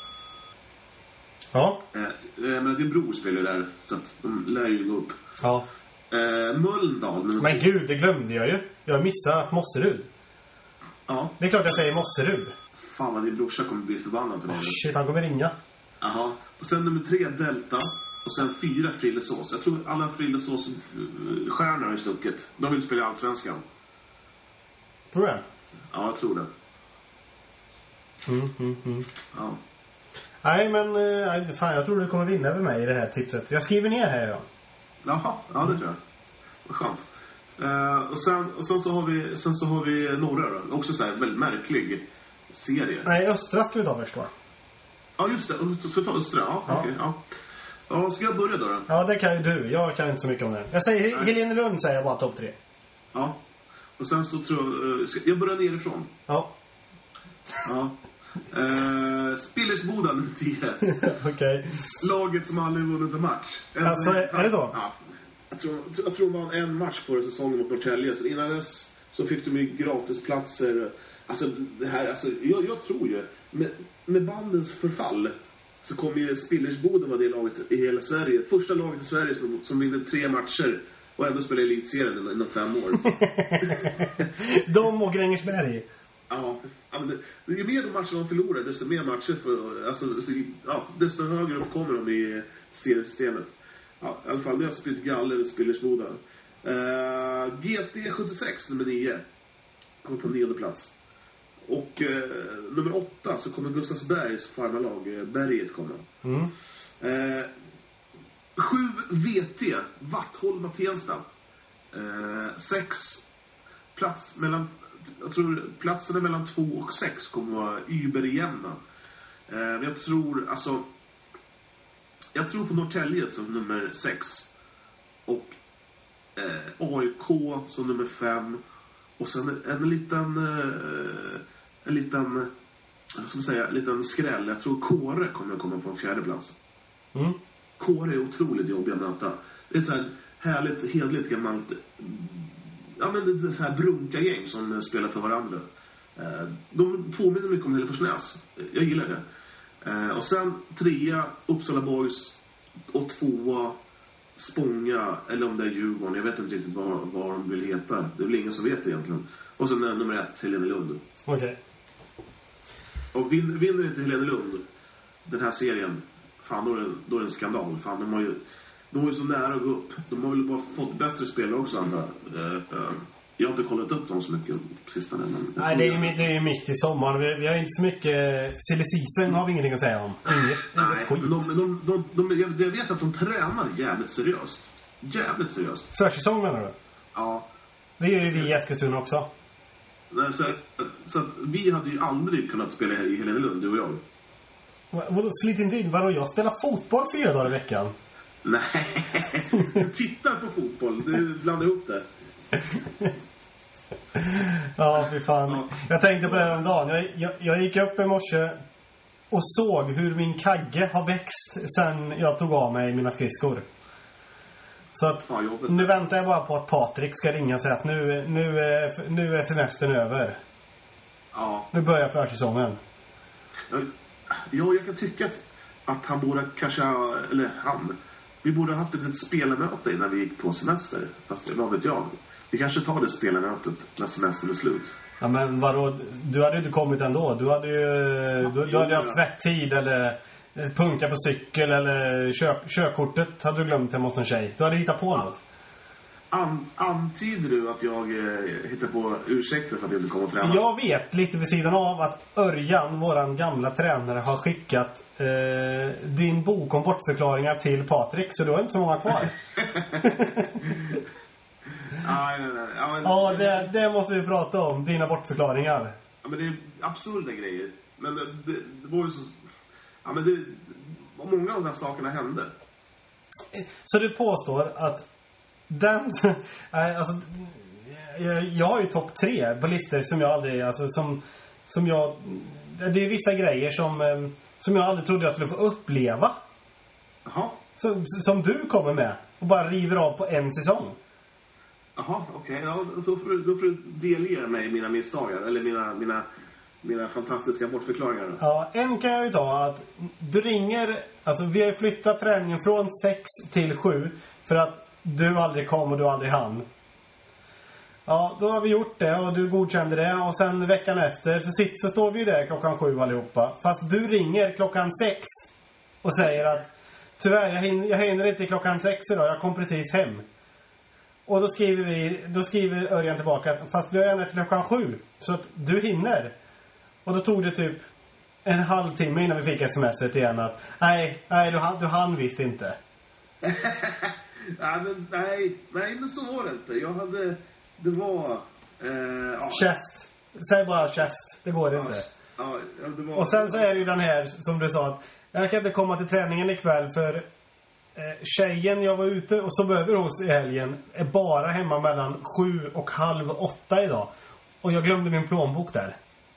Ja. Eh, eh, men din bror spelar där, så att de lär ju gå upp. Ja. Eh, Mölndal nummer Men två. gud, det glömde jag ju. Jag har missat Mosserud. Ja, Det är klart jag säger Mosserud. fan vad din brorsa kommer bli förbannad på det. Oh, shit, han kommer ringa. Jaha. Och sen nummer tre, Delta. Och sen fyra, Frillesås. Jag tror alla Frillesås-stjärnor har ju stuckit. De vill spela i Allsvenskan. Tror du det? Ja, jag tror det. Mm, mm, mm. Ja. Nej, men eh, nej, fan, jag tror du kommer vinna över mig i det här tipset. Jag skriver ner här, ja. Jaha, ja det tror jag. Vad skönt. Eh, och, sen, och sen så har vi sen så har vi några då. Också så här väldigt märklig serie. Nej, Östra ska vi ta först, va? Ja, just det. Ska vi ta Östra? Ja, Ja. okej. Ja. Ja, ska jag börja då då? Ja, det kan ju du. Jag kan inte så mycket om det. Jag säger Nej. Helenelund säger jag bara topp tre. Ja. Och sen så tror jag... eh, ska- Jag börjar nerifrån. Ja. Ja. Eh, Spillersboda nummer tio. Okej. Laget som aldrig vunnit en match. En, Alltså, är det så? Ja. Jag tror, jag tror de vann en match förra säsongen mot Norrtälje. Så innan dess så fick de ju gratisplatser. Alltså, det här, alltså, jag, jag tror ju, med, med bandens förfall så kommer ju Spillersboda vara det laget i hela Sverige. Första laget i Sverige som, som vinner tre matcher och ändå spelar elitserien inom fem år. De och Grängesberg. Ja, ja, men det, det, ju mer de matcher de förlorar, desto mer matcher för, alltså, så, ja, desto högre upp kommer de i seriesystemet. Ja, i alla fall, det har spytt galler och Spillersboda. Uh, G T sjuttiosex, nummer nio, kommer på nionde plats. Och uh, nummer åtta så kommer Gustavsbergs farmarlag, uh, Berget, kommer. Mm. Uh, sju V T, Vattholma Tensta. Uh, sex plats mellan... Jag tror platserna mellan två och sex kommer vara überjämna. Eh, men jag tror, alltså... Jag tror på Norrtälje som nummer sex. Och eh, A I K som nummer fem. Och sen en, en liten... Eh, en liten... Vad ska man säga? En liten skräll. Jag tror Kåre kommer att komma på en fjärde plats. Mm. Kåre är otroligt jobbig att möta. Det är ett så här härligt, hedligt gammalt... Ja, men det är så här brunka gäng som spelar för varandra. De påminner mycket om Hälleforsnäs. Jag gillar det. Och sen trea Uppsala Boys och tvåa Spånga, eller om det är Djurgården. Jag vet inte riktigt vad, vad de vill heta. Det är väl ingen som vet egentligen. Och sen nummer ett, Helenelund. Okej. Okay. Och vin, vinner inte Helenelund den här serien, fan då är det, då är det en skandal. Fan, de har ju De var ju så nära att gå upp. De har väl bara fått bättre spelare också, andra. Jag har inte kollat upp dem så mycket på sistone. Men nej, det är, ju, det är ju mitt i sommaren. Vi, vi har inte så mycket... Silly season har vi ingenting att säga om. Inget, nej, inget skit. men de, de, de, de, de, jag vet att de tränar jävligt seriöst. Jävligt seriöst. Försäsong menar du? Ja. Det är ju vi i Eskilstuna också. Nej, så, så att vi hade ju aldrig kunnat spela här i Helenelund, du och jag. Vadå, slit inte in? Vadå, jag spelar fotboll fyra dagar i veckan. Nej, du tittar på fotboll. Du blandar ihop det. Ja, fy fan. Ja. Jag tänkte på det här om dagen. Jag, jag, jag gick upp i morse och såg hur min kagge har växt sen jag tog av mig mina skridskor. Så att Ja, jobbigt. nu väntar jag bara på att Patrik ska ringa och säga att nu, nu, är, nu är semestern över. Ja. Nu börjar försäsongen. Ja, jag kan tycka att, att han borde kanske, eller han, vi borde ha haft ett, ett spelarmöte innan vi gick på semester. Fast vad vet jag. Vi kanske tar det spelarmötet när semestern är slut. Ja, men vadå? Du hade ju inte kommit ändå. Du hade ju du, du hade haft tvätttid eller punka på cykel eller kör, körkortet hade du glömt hemma hos en tjej. Du hade hittat på något. An, antyder du att jag eh, hittar på ursäkter för att jag inte kommer att träna? Jag vet lite vid sidan av att Örjan, våran gamla tränare, har skickat eh, din bok om bortförklaringar till Patrik. Så du har inte så många kvar. Nej, nej, nej. Ja, men, Ja, det, det måste vi prata om. Dina bortförklaringar. Ja, men det är absurda grejer. Men det, det, det var ju så... Ja, men det... Många av de här sakerna hände. Så du påstår att den... Nej, alltså... Jag, jag har ju topp tre på listor som jag aldrig... Alltså som, som jag... Det är vissa grejer som, som jag aldrig trodde jag skulle få uppleva. Jaha. Som, som du kommer med. Och bara river av på en säsong. Jaha, okej. Okay. Ja, då, får du, då får du delge mig mina misstagar. Eller mina, mina, mina fantastiska bortförklaringar. Ja, en kan jag ju ta att du ringer... Alltså vi har flyttat träningen från sex till sju. För att du aldrig kom och du aldrig hann. Ja, då har vi gjort det och du godkände det. Och sen veckan efter så, sitter, så står vi där klockan sju allihopa. Fast du ringer klockan sex och säger att tyvärr, jag hinner, jag hinner inte klockan sex idag. Jag kom precis hem. Och då skriver vi, då skriver Örjan tillbaka att fast vi har ända till klockan sju. Så att du hinner. Och då tog det typ en halvtimme innan vi fick smset igen att nej, nej du, du hann visst inte. ja, men, nej, nej, men så var det inte. Jag hade, det var... Eh, ja. Käft. Säg bara käft. Det går Ja, inte. Ja, det var... Och sen så är det ju den här som du sa att jag kan inte komma till träningen ikväll för eh, tjejen jag var ute och sov över hos i helgen är bara hemma mellan sju och halv åtta idag. Och jag glömde min plånbok där.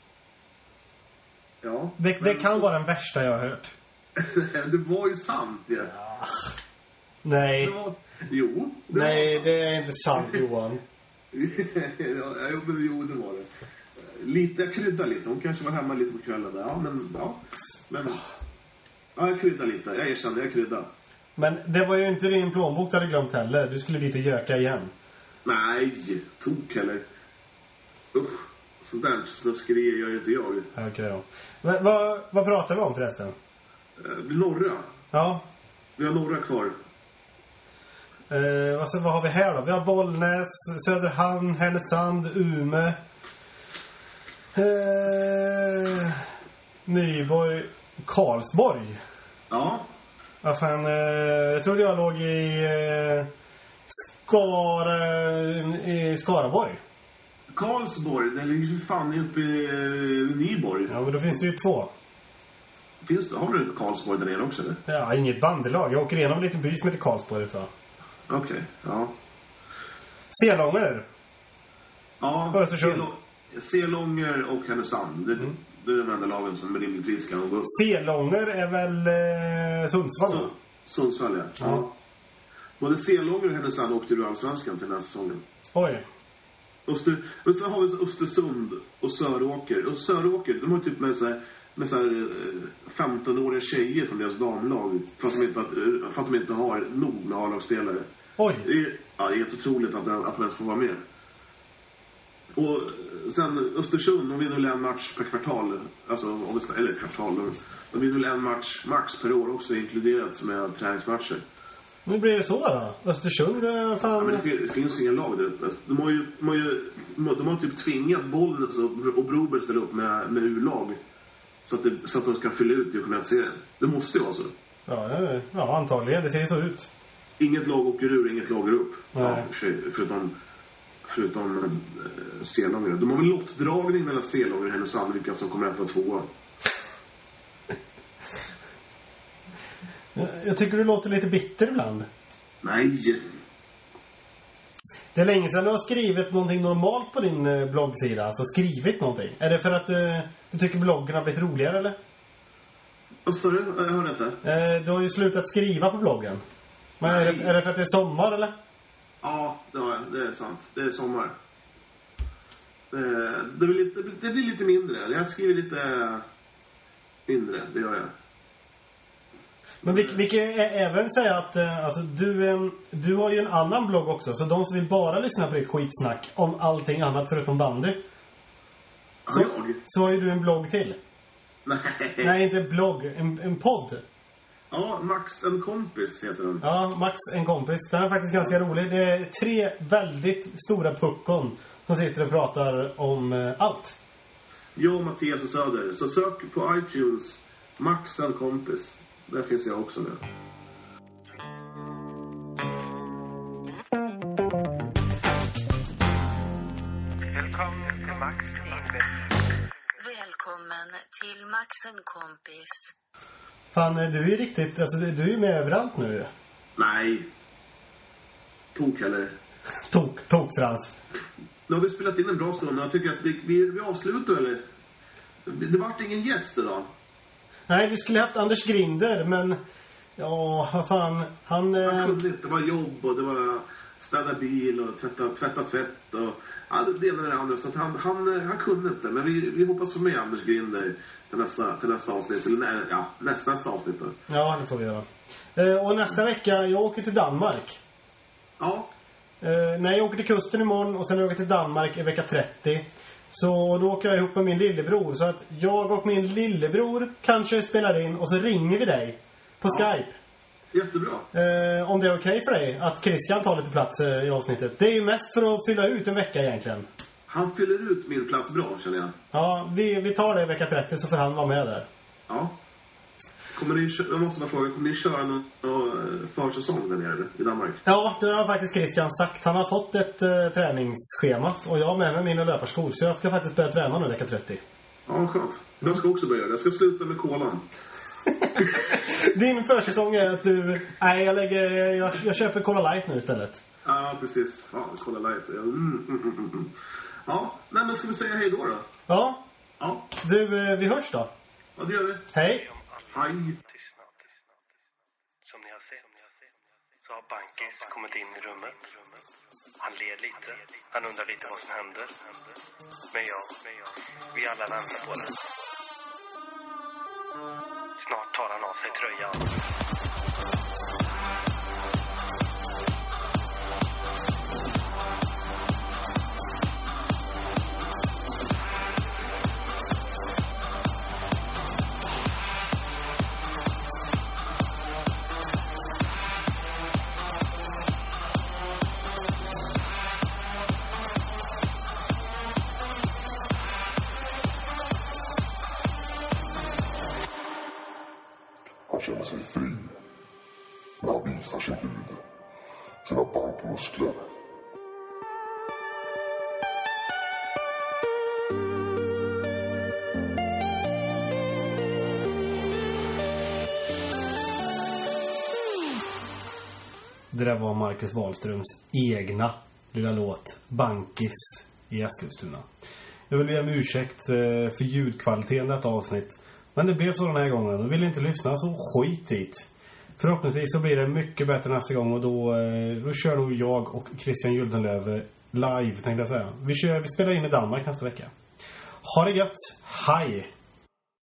Ja. Det, det kan vara den värsta jag har hört. Det var ju sant, ja. Ja. Nej. Det var... Jo. Det Nej, var... det är inte sant, Johan. ja, jo, men jo, det var det. Lite, jag kryddar lite. Hon kanske var hemma lite på kvällen där. Ja, men... Ja, men... Ja, jag kryddar lite. Jag erkänner, jag kryddar. Men det var ju inte din plånbok du hade glömt heller. Du skulle dit och göka igen. Nej, tok heller. Usch. Sådär snuskerier gör ju inte jag. Okej okay, då. Men vad, vad pratar vi om förresten? Eh, norra. Ja. Vi har norra kvar. Eh, alltså, vad har vi här då? Vi har Bollnäs, Söderhamn, Härnösand, Umeå. Eh, Nyborg, Karlsborg. Ja. Vad fan, eh, jag trodde jag låg i eh, Skara, i Skaraborg. Karlsborg, det ligger ju fan uppe i uh, Nyborg. Ja, men då finns det ju två. Finns det? Har du Karlsborg där nere också, eller? Ja, inget bandelag. Jag åker igenom en liten by som heter Karlsborg, tror jag. Okej, okay, ja. Selånger. Ja, Östersund. Selånger och Härnösand. Det, mm. det är de enda lagen som rimligtvis kan gå upp. Selånger är väl eh, Sundsvall? Så, Sundsvall, ja. ja. ja. Både Selånger och Härnösand åkte du allsvenskan till den här säsongen. Oj. Öster, och så har vi Östersund och Söråker. Och Söråker, de har typ med så här, med så här femton-åriga tjejer från deras damlag. Fast de inte, för att de inte har nog med A-lagsspelare. Oj. Det är, ja, det är helt otroligt att, att man ens får vara med. Och sen Östersund, de vinner väl en match per kvartal. Alltså, om vi ska, eller kvartal. De, de vinner väl en match max per år också, inkluderat med träningsmatcher. Nu blir det så då? Östersund är fan... Ja, men det, det finns inga lag där uppe. De har ju, de har ju de har typ tvingat Bollnäs och, och Broberg ställa upp med, med U-lag. Så att, det, så att de ska fylla ut divisionellt-serien. Det måste ju vara så. Ja, ja, antagligen. Det ser så ut. Inget lag åker ur, inget lag går upp. Nej. Ja, förutom förutom eh, Selånger. De har väl lottdragning mellan Selånger och Härnösand, vilka som kommer att vara tvåa. Jag tycker du låter lite bitter ibland. Nej. Det är länge sedan du har skrivit någonting normalt på din eh, bloggsida. Alltså skrivit någonting. Är det för att eh, du tycker bloggen har blivit roligare, eller? Vad står det? Jag hörde inte. Eh, du har ju slutat skriva på bloggen. Men är det, är det för att det är sommar, eller? Ja, det, var, det är sant. Det är sommar. Det, det, blir lite, det blir lite mindre. Jag skriver lite mindre, det gör jag. Men vi, vi kan även säga att alltså, du, du har ju en annan blogg också. Så de som vill bara lyssna på ditt skitsnack om allting annat förutom bandy. Så, så har ju du en blogg till. Nej. Nej, inte en blogg. En, en podd. Ja, Max en kompis heter den. Ja, Max en kompis. Den är faktiskt ganska rolig. Det är tre väldigt stora puckon som sitter och pratar om eh, allt. Jag, Mattias och Söder. Så sök på iTunes Max en kompis. Där finns jag också nu. Välkommen till Max Välkommen till Max en kompis. Fan, du är ju riktigt... Alltså, du är ju med överallt nu. Nej. Tok eller? Tok, tok Frans. Nu har vi spelat in en bra stund. Jag tycker att vi, vi, vi avslutar, eller? Det vart ingen gäst idag. Nej, vi skulle haft Anders Grinder, men... Ja, vad fan. Han... Han kunde inte. Det var jobb och det var städa bil och tvätta, tvätta tvätt och... Ja, det ena med det andra. Så att han, han, han kunde inte. Men vi, vi hoppas få med Anders Grinder till nästa, till nästa avsnitt. Eller nej, ja, nästa, nästa avsnitt då. Ja, det får vi göra. Eh, och nästa vecka, jag åker till Danmark. Ja. Eh, nej, jag åker till kusten imorgon och sen åker jag till Danmark i vecka trettio. Så då åker jag ihop med min lillebror. Så att jag och min lillebror kanske spelar in och så ringer vi dig på ja. Skype. Jättebra. Eh, om det är okej okay för dig att Christian tar lite plats eh, i avsnittet. Det är ju mest för att fylla ut en vecka egentligen. Han fyller ut min plats bra, känner jag. Ja, vi, vi tar det i vecka trettio så får han vara med där. Ja. Kommer ni, jag måste bara fråga, kommer ni köra någon, någon försäsong där nere i Danmark? Ja, det har faktiskt Christian sagt. Han har fått ett eh, träningsschema och jag har med mig mina löparskor. Så jag ska faktiskt börja träna nu vecka trettio. Ja, skönt. Jag ska också börja. Jag ska sluta med kolan. Din försäsong är att du... Nej, jag, lägger, jag, jag köper Cola Light nu istället. Ja, precis. Ja, Cola Light. Mm, mm, mm, mm. Ja, nej, men ska vi säga hej då då? Ja. Ja. Du, vi hörs då. Ja, det gör vi. Hej. Hej. Tystnad. Som ni har sett så har Bankis kommit in i rummet. Han ler lite. Han undrar lite vad som händer. Men ja, vi alla väntar på det. Snart tar han av sig tröjan. Han känner sig fri när han visar sin hud, sina bankmuskler. Det där var Marcus Wahlströms egna lilla låt Bankis i Eskilstuna. Jag vill be om ursäkt för ljudkvaliteten i detta avsnitt. Men det blev så den här gången. Och vill inte lyssna så skit hit. Förhoppningsvis så blir det mycket bättre nästa gång. Och då, då kör nog jag och Christian Gyldenlöv live, tänkte jag säga. Vi, kör, vi spelar in i Danmark nästa vecka. Ha det gött. Hej!